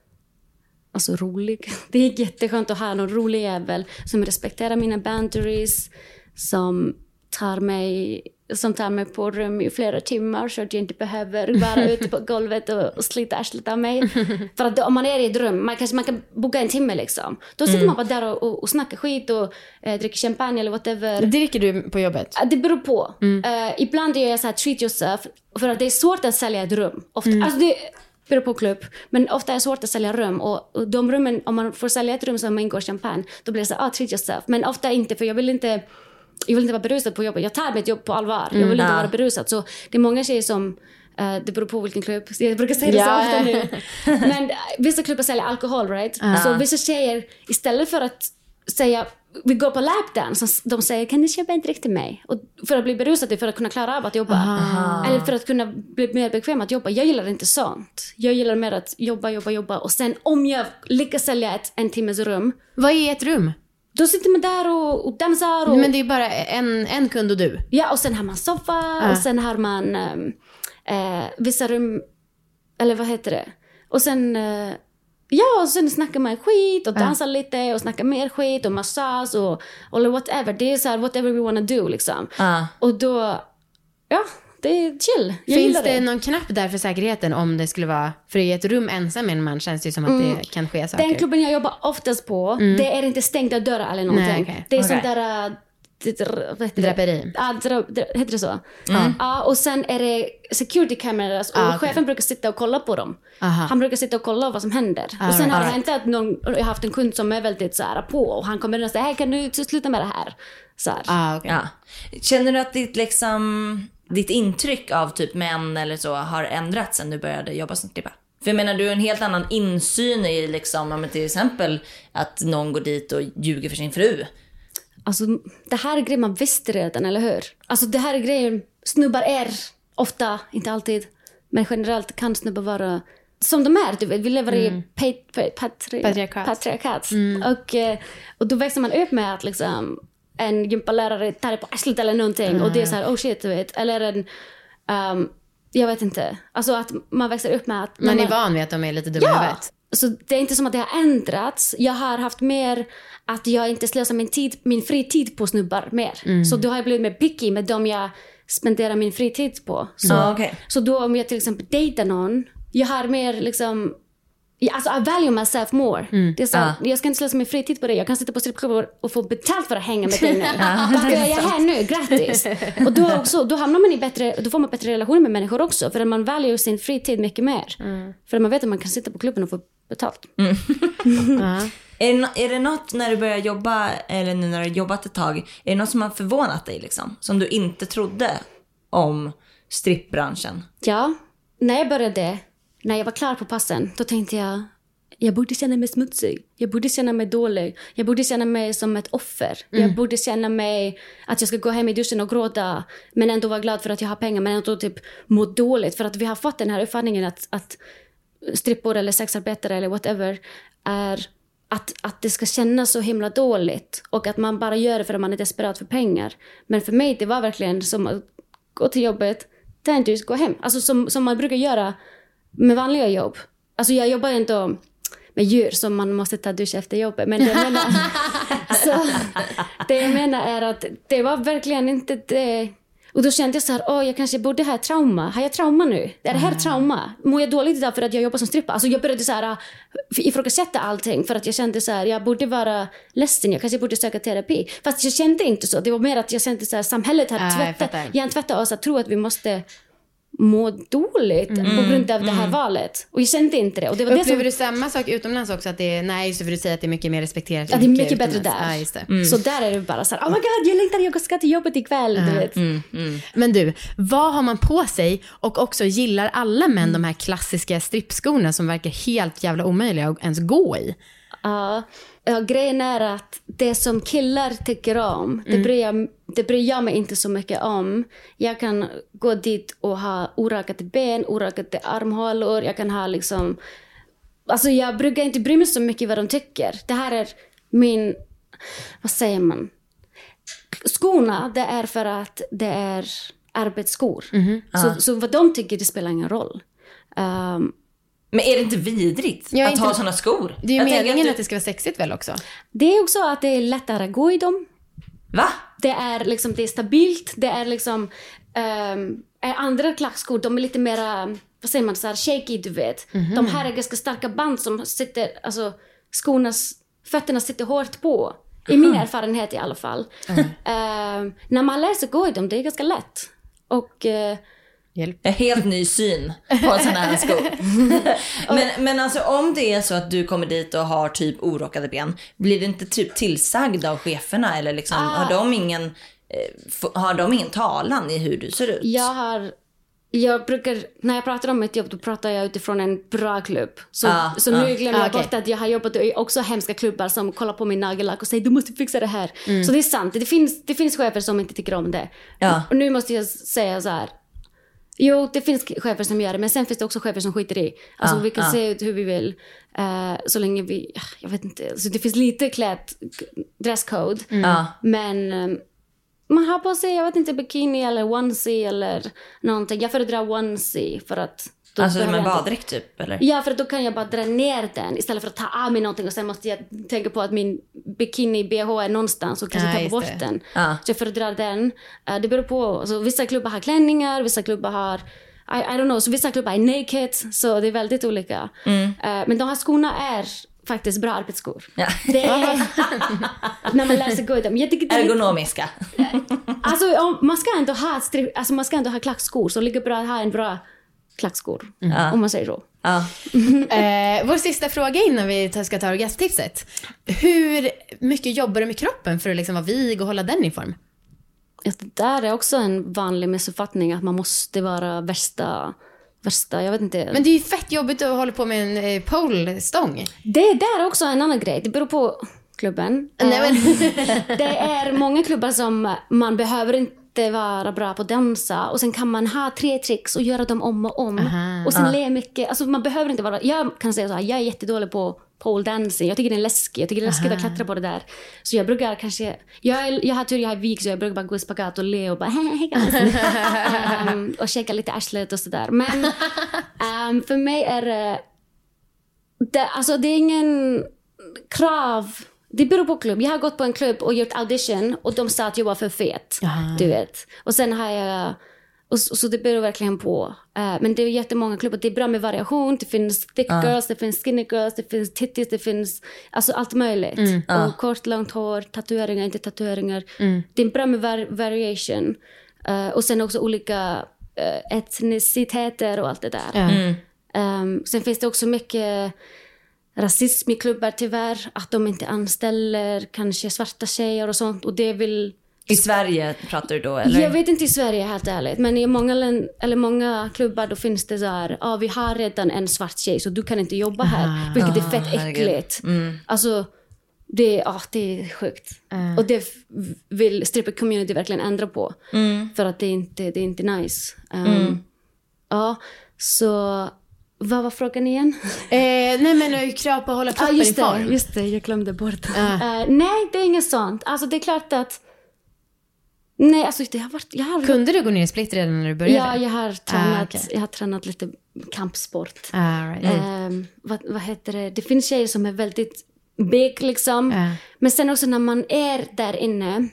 alltså rolig. Det är jätteskönt att ha någon rolig jävel som respekterar mina boundaries, som tar mig, som tar mig på rum i flera timmar så att jag inte behöver vara ute på golvet och, och slita arslet av mig. För att om man är i ett rum, man kanske man kan boka en timme liksom. Då sitter man bara där och, och, och snackar skit och eh, dricker champagne eller whatever. Dricker du på jobbet? Ja, det beror på. Eh, ibland gör jag så här treat yourself. För att det är svårt att sälja ett rum. Ofta, alltså det beror på klubb. Men ofta är det svårt att sälja rum. Och, och de rummen, om man får sälja ett rum som ingår champagne, då blir det så här, ah, treat yourself. Men ofta inte, för jag vill inte, jag vill inte vara berusad på jobbet. Jag tar mitt jobb på allvar. Jag vill inte Ja. vara berusad. Så det är många tjejer som, eh, det beror på vilken klubb. Jag brukar säga det så Ja. ofta nu. Men eh, vissa klubbar säljer alkohol, right? Så vissa tjejer, istället för att säga vi går på lapdance, så de säger kan du köpa en drink till mig? Och för att bli berusad, för att kunna klara av att jobba. Eller för att kunna bli mer bekväm att jobba. Jag gillar inte sånt. Jag gillar mer att jobba, jobba, jobba. Och sen om jag lyckas sälja ett en timmes rum, Vad är ett rum? då sitter man där och, och dansar. Och, Men det är bara en, en kund och du. ja, och sen har man soffa. Och sen har man um, eh, vissa rum, eller vad heter det? Och sen... Eh, Ja, och sen snackar man skit och dansar uh. lite och snackar mer skit och massage och eller whatever. Det är så här, whatever we wanna do liksom. Uh. Och då, ja, det är chill. Jag Finns det, det någon knapp där för säkerheten om det skulle vara, för i ett rum ensam med en man känns det ju som att mm. det kan ske saker. Den klubben jag jobbar oftast på, mm. det är inte stängda dörrar eller någonting. Nej, okay. Det är okay. sånt där... Draperi. Ja, dra, dra, heter det så? Mm. Ja, och sen är det security cameras och ah, okay. chefen brukar sitta och kolla på dem. Aha. Han brukar sitta och kolla vad som händer. Ah, och sen right. har det hänt att någon, jag har haft en kund som är väldigt så här på och han kommer och säger, hej, kan du sluta med det här? Så här. Ah, okay. Ja. Känner du att ditt, liksom, ditt intryck av typ män eller så har ändrats sen du började jobba som strippa? För jag menar, du har en helt annan insyn i liksom, till exempel att någon går dit och ljuger för sin fru. Alltså, det här är grejer man visste redan, eller hur? Alltså, det här är grejer snubbar är ofta, inte alltid, men generellt kan snubbar vara som de är. Du vet, vi lever mm. i pat- pat- patri- patriarkat. patriarkat. Mm. Och, och då växer man upp med att liksom, en gympalärare tar det på arslet eller någonting. Mm. Och det är så här, oh shit, du vet. Eller en... Um, jag vet inte. Alltså att man växer upp med att... Man, man är van vid att de är lite dumma ja. i huvudet. Så det är inte som att det har ändrats. Jag har haft mer att jag inte slösar min tid, min fritid på snubbar mer. Mm. Så då har jag blivit mer picky med dem jag spenderar min fritid på. Så, mm, okay. så då om jag till exempel dejtar någon, jag har mer liksom... Alltså I value myself more. Mm. Det är så, ah. Jag ska inte slösa min fritid på det. Jag kan sitta på strippklubbar och få betalt för att hänga med dig nu. Då ska jag här nu, gratis. Och då, också, då hamnar man i bättre, då får man bättre relationer med människor också. För att man value sin fritid mycket mer. Mm. För att man vet att man kan sitta på klubben och få betalt. Mm. uh-huh. är, det, är det något när du börjar jobba, eller nu när du har jobbat ett tag, är det något som har förvånat dig liksom? Som du inte trodde om strippbranschen? Ja, när jag började, när jag var klar på passen, då tänkte jag, jag borde känna mig smutsig. Jag borde känna mig dålig. Jag borde känna mig som ett offer. Mm. Jag borde känna mig att jag ska gå hem i duschen och gråta. Men ändå vara glad för att jag har pengar. Men ändå typ må dåligt. För att vi har fått den här uppfattningen att, att strippor eller sexarbetare eller whatever är att, att det ska kännas så himla dåligt. Och att man bara gör det för att man är desperat för pengar. Men för mig det var verkligen som att gå till jobbet, ta en dusch, gå hem. Alltså som, som man brukar göra med vanliga jobb. Alltså jag jobbar inte med djur som man måste ta dusch efter jobbet. Men det jag menar, så, det jag menar är att det var verkligen inte det. Och då kände jag så här, åh, jag kanske borde ha trauma. Har jag trauma nu? Är det här trauma? Mår jag dåligt idag för att jag jobbar som strippa? Alltså jag började så här ifrågasätta allting. För att jag kände så här, jag borde vara ledsen. Jag kanske borde söka terapi. Fast jag kände inte så. Det var mer att jag kände så här, samhället har tvättat, hjärntvättat oss att tro att vi måste må dåligt mm. på grund av det här mm. valet. Och jag kände inte det. Och det var upplever det som... du samma sak utomlands också? Att det är, nej, just för du säger att det är mycket mer respekterat. Ja, det är mycket bättre där. Ja, just det. Mm. Så där är det bara så här, oh my god, jag längtar, jag ska till jobbet ikväll. Uh-huh. Du vet. Mm. Mm. Men du, vad har man på sig? Och också, gillar alla män de här klassiska strippskorna som verkar helt jävla omöjliga att ens gå i? Ja, uh, grejen är att det som killar tycker om, det, mm. bryr jag, det bryr jag mig inte så mycket om. Jag kan gå dit och ha orakade ben, orakade armhålor. Jag kan ha liksom... Alltså jag brukar inte bry mig så mycket vad de tycker. Det här är min... Vad säger man? Skorna, det är för att det är arbetsskor. Mm-hmm. Så, uh. så vad de tycker, det spelar ingen roll. Um, Men är det inte vidrigt jag att inte... ha såna skor? Det är ju jag meningen att, du... att det ska vara sexigt väl också? Det är också att det är lättare att gå i dem. Va? Det är liksom, det är stabilt. Det är liksom um, är andra klackskor, de är lite mer, vad säger man, så här shaky, du vet. Mm-hmm. De här är ganska starka band som sitter, alltså skornas, fötterna sitter hårt på. I mm. min erfarenhet i alla fall. Mm. Uh, när man lär sig gå i dem, det är ganska lätt. Och... Uh, Hjälp. En helt ny syn på sådana här skor. men, men alltså om det är så att du kommer dit och har typ orockade ben, blir det inte typ tillsagd av cheferna? Eller liksom, ah. har, de ingen, eh, har de ingen talan i hur du ser ut? Jag har... Jag brukar, när jag pratar om mitt jobb, då pratar jag utifrån en bra klubb. Så, ah, så nu ah, glömmer jag ah, bort okay. att jag har jobbat i också hemska klubbar som kollar på min nagellack och säger du måste fixa det här. Mm. Så det är sant, det finns, det finns chefer som inte tycker om det. Ja. Och nu måste jag säga så här. Jo, det finns chefer som gör det, men sen finns det också chefer som skiter i. Alltså ah, vi kan ah. se ut hur vi vill. Uh, så länge vi, jag vet inte. Så det finns lite klädd dresscode. Mm. Ah. Men um, man har på sig, jag vet inte, bikini eller onesie eller någonting. Jag föredrar onesie för att Då alltså med behöver jag inte- baddräkt typ, eller? Ja, för då kan jag bara dra ner den istället för att ta av mig någonting och sen måste jag tänka på att min bikini-B H är någonstans och kanske Ja, tappa just bort det. den. Ja. Så jag föredrar den. Eh, Det beror på. Alltså, vissa klubbar har klänningar, vissa klubbar har I, I don't know, så vissa klubbar är naked, så det är väldigt olika. Mm. Eh, Men de här skorna är faktiskt bra arbetsskor. Ja. Det är, när man lär sig gå i dem. Jag tycker det är lite- Ergonomiska. Alltså om, man ska ändå ha stri- alltså man ska ändå ha klackskor, så det ligger bra att ha en bra klackskor. Om man säger så. Ja. Eh, vår sista fråga innan vi ta- ska ta orgasmtipset. Hur mycket jobbar du med kroppen för att liksom vara vig och hålla den i form? Ja, det där är också en vanlig missuppfattning, att man måste vara värsta, värsta, jag vet inte. Men det är ju fett jobbigt att hålla på med en eh, polestång. Det där är också en annan grej. Det beror på klubben. Nej, men... Det är många klubbar som man behöver inte vara bra på att dansa, och sen kan man ha tre tricks och göra dem om och om. Aha. Och sen le mycket. Alltså man behöver inte vara... Jag kan säga så här, jag är jättedålig på pole dancing. Jag tycker det är läskigt. Jag tycker det är läskigt att klättra på det där. Så jag brukar kanske... Jag, är, jag har tur, jag har vik, så jag brukar bara gå i spagat och le och bara... um, och checka lite arslet och sådär. Men um, för mig är det... det... Alltså det är ingen krav... Det beror på klubb. Jag har gått på en klubb och gjort audition och de sa att jag var för fet. Aha. Du vet. Och sen har jag... Och så, så det beror verkligen på. Uh, men det är jättemånga klubbar. Det är bra med variation. Det finns thick Uh. girls, det finns skinny girls, det finns titties, det finns alltså allt möjligt. Mm. Uh. Och kort, långt hår, tatueringar, inte tatueringar. Mm. Det är bra med var- variation. Uh, och sen också olika uh, etniciteter och allt det där. Ja. Mm. Um, sen finns det också mycket rasism i klubbar tyvärr. Att de inte anställer kanske svarta tjejer och sånt. Och det vill... I Sverige pratar du då, eller? Jag vet inte i Sverige helt ärligt. Men i många, län- eller många klubbar då finns det så här... Ja, vi har redan en svart tjej så du kan inte jobba här. Ah. Vilket är Ah, fett herregud. äckligt. Mm. Alltså, det, ja, det är sjukt. Ah. Och det f- vill stripper community verkligen ändra på. Mm. För att det är inte, det är inte nice. Um, Mm. Ja, så... Vad var frågan igen? Eh, nej men eh, krav på att hålla Ja, kroppen just i form. det, just det, jag glömde bort det. Ah. Eh, nej, det är inget sånt. Alltså det är klart att... Nej, alltså det har varit... Jag har, Kunde du gå ner i split redan när du började? ja, jag har tränat, Ah, okej. jag har tränat lite kampsport. Ah, right. Ehm, vad, vad heter det? Det finns tjejer som är väldigt big liksom. Ah. Men sen också när man är där inne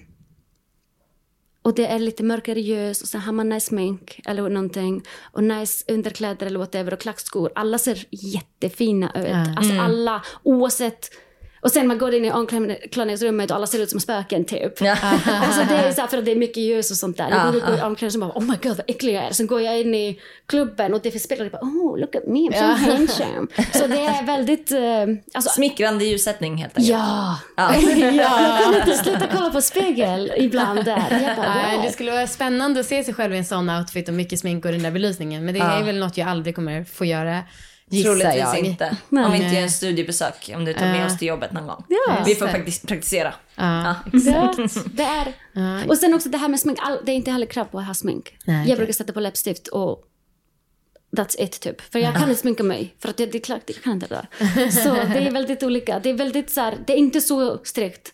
och det är lite mörkare ljus och sen har man nice smink eller någonting och nice underkläder eller whatever och klackskor. Alla ser jättefina ut. Ah. Alltså alla, oavsett. Och sen man går in i omklädningsrummet och alla ser ut som spöken typ. Ja. Alltså det är så här, för att det är mycket ljus och sånt där. Jag går, Ja, går i ja. omklädningsrummet och bara, oh my god vad äcklig jag är. Sen går jag in i klubben och det finns spelare och bara, oh look at me, I'm so Ja. handsome. Så det är väldigt, uh, alltså, Smickrande ljussättning helt enkelt. ja. Ja. Jag kan inte sluta kolla på spegel ibland där. Jag bara, Nej, wow. det skulle vara spännande att se sig själv i en sån outfit och mycket smink och den där belysningen. Men det Ja. är väl något jag aldrig kommer få göra, gissar Troligtvis jag. inte. Nej. Om vi inte gör en studiebesök. Om du tar med Ja. oss till jobbet någon gång. Ja. Vi får Just det. praktis- praktisera. Ja. Ja, det är. Ja. Och sen också det här med smink. All, det är inte heller krav på att ha smink. Nej, jag okej. brukar sätta på läppstift och that's it typ. För jag kan inte sminka mig. För att det, det är klart, jag kan inte det där. Så det är väldigt olika. Det är väldigt så här, det är inte så strikt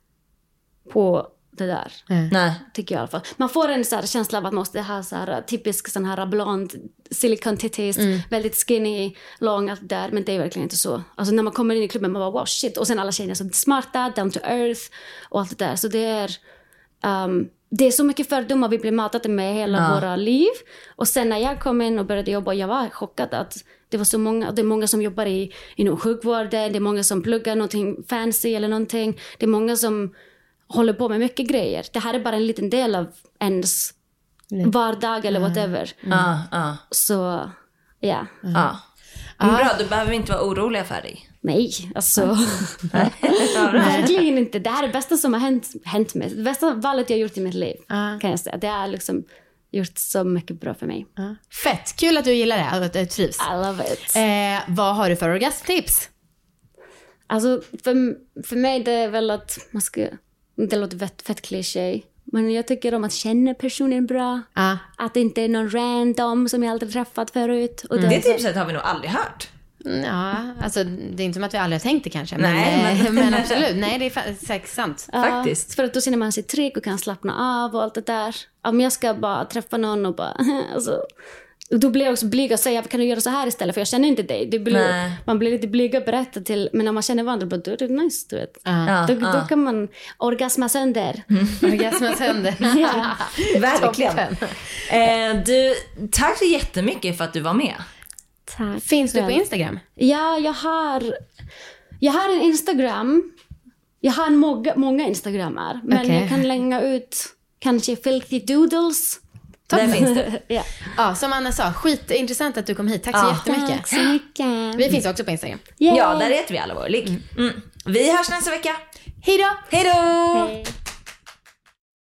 på det där. Nej. Tycker jag i alla fall. Man får en så här känsla av att man måste ha så här typisk sån här blond silicone titties, väldigt skinny, lång, allt där. Men det är verkligen inte så. Alltså när man kommer in i klubben, man bara wow shit. Och sen alla tjejer som är smarta, down to earth och allt det där. Så det är, um, det är så mycket fördomar vi blir matade med hela Ja. våra liv. Och sen när jag kom in och började jobba, jag var chockad att det var så många, det är många som jobbar i, inom sjukvården, det är många som pluggar någonting fancy eller någonting. Det är många som håller på med mycket grejer. Det här är bara en liten del av ens vardag eller whatever. Ja, ja, Så, ja. ja. Men bra, då behöver vi inte vara oroliga för dig. Nej, alltså. Verkligen inte. Det här är det bästa som har hänt, hänt mig. Det bästa valet jag har gjort i mitt liv, Ja. kan jag säga. Det har liksom gjort så mycket bra för mig. Ja. Fett, kul att du gillar det, att du trivs. I love it. Eh, vad har du för orgasmtips? Alltså, för, för mig det är väl att man ska... Det låter fett, fett kliché. Men jag tycker om att känna personen bra. Ja. Att det inte är någon random som jag aldrig träffat förut. Och Det tipset har vi nog aldrig hört. Ja, alltså det är inte som att vi aldrig har tänkt det kanske. Men, Nej, men, men- men absolut, nej det är fa- säkert sant. Ja, Faktiskt. för att då känner man sig trygg och kan slappna av och allt det där. Om jag ska bara träffa någon och bara... Alltså, då blir jag också blyg och säga, kan du göra så här istället? För jag känner inte dig. Det blir, man blir lite blyg och berätta till, men när man känner varandra, då är det nice, du vet. Uh. Då, då kan man orgasma sönder. Mm. Orgasma sönder. Ja. Verkligen. Eh, du, tack så jättemycket för att du var med. Tack. Finns du på Instagram? Ja, jag har, jag har en Instagram. Jag har många, många Instagrammar. Men Okay. jag kan lägga ut kanske Filthy Doodles. Där finns det. Ja. Ja, som Anna sa, skitintressant att du kom hit. Tack så Ja. jättemycket. Tack så mycket. Vi finns också på Instagram. Yay. Ja, där heter vi alla vår lik. Mm. Vi hörs nästa vecka. Hej då! Hej då! Hej.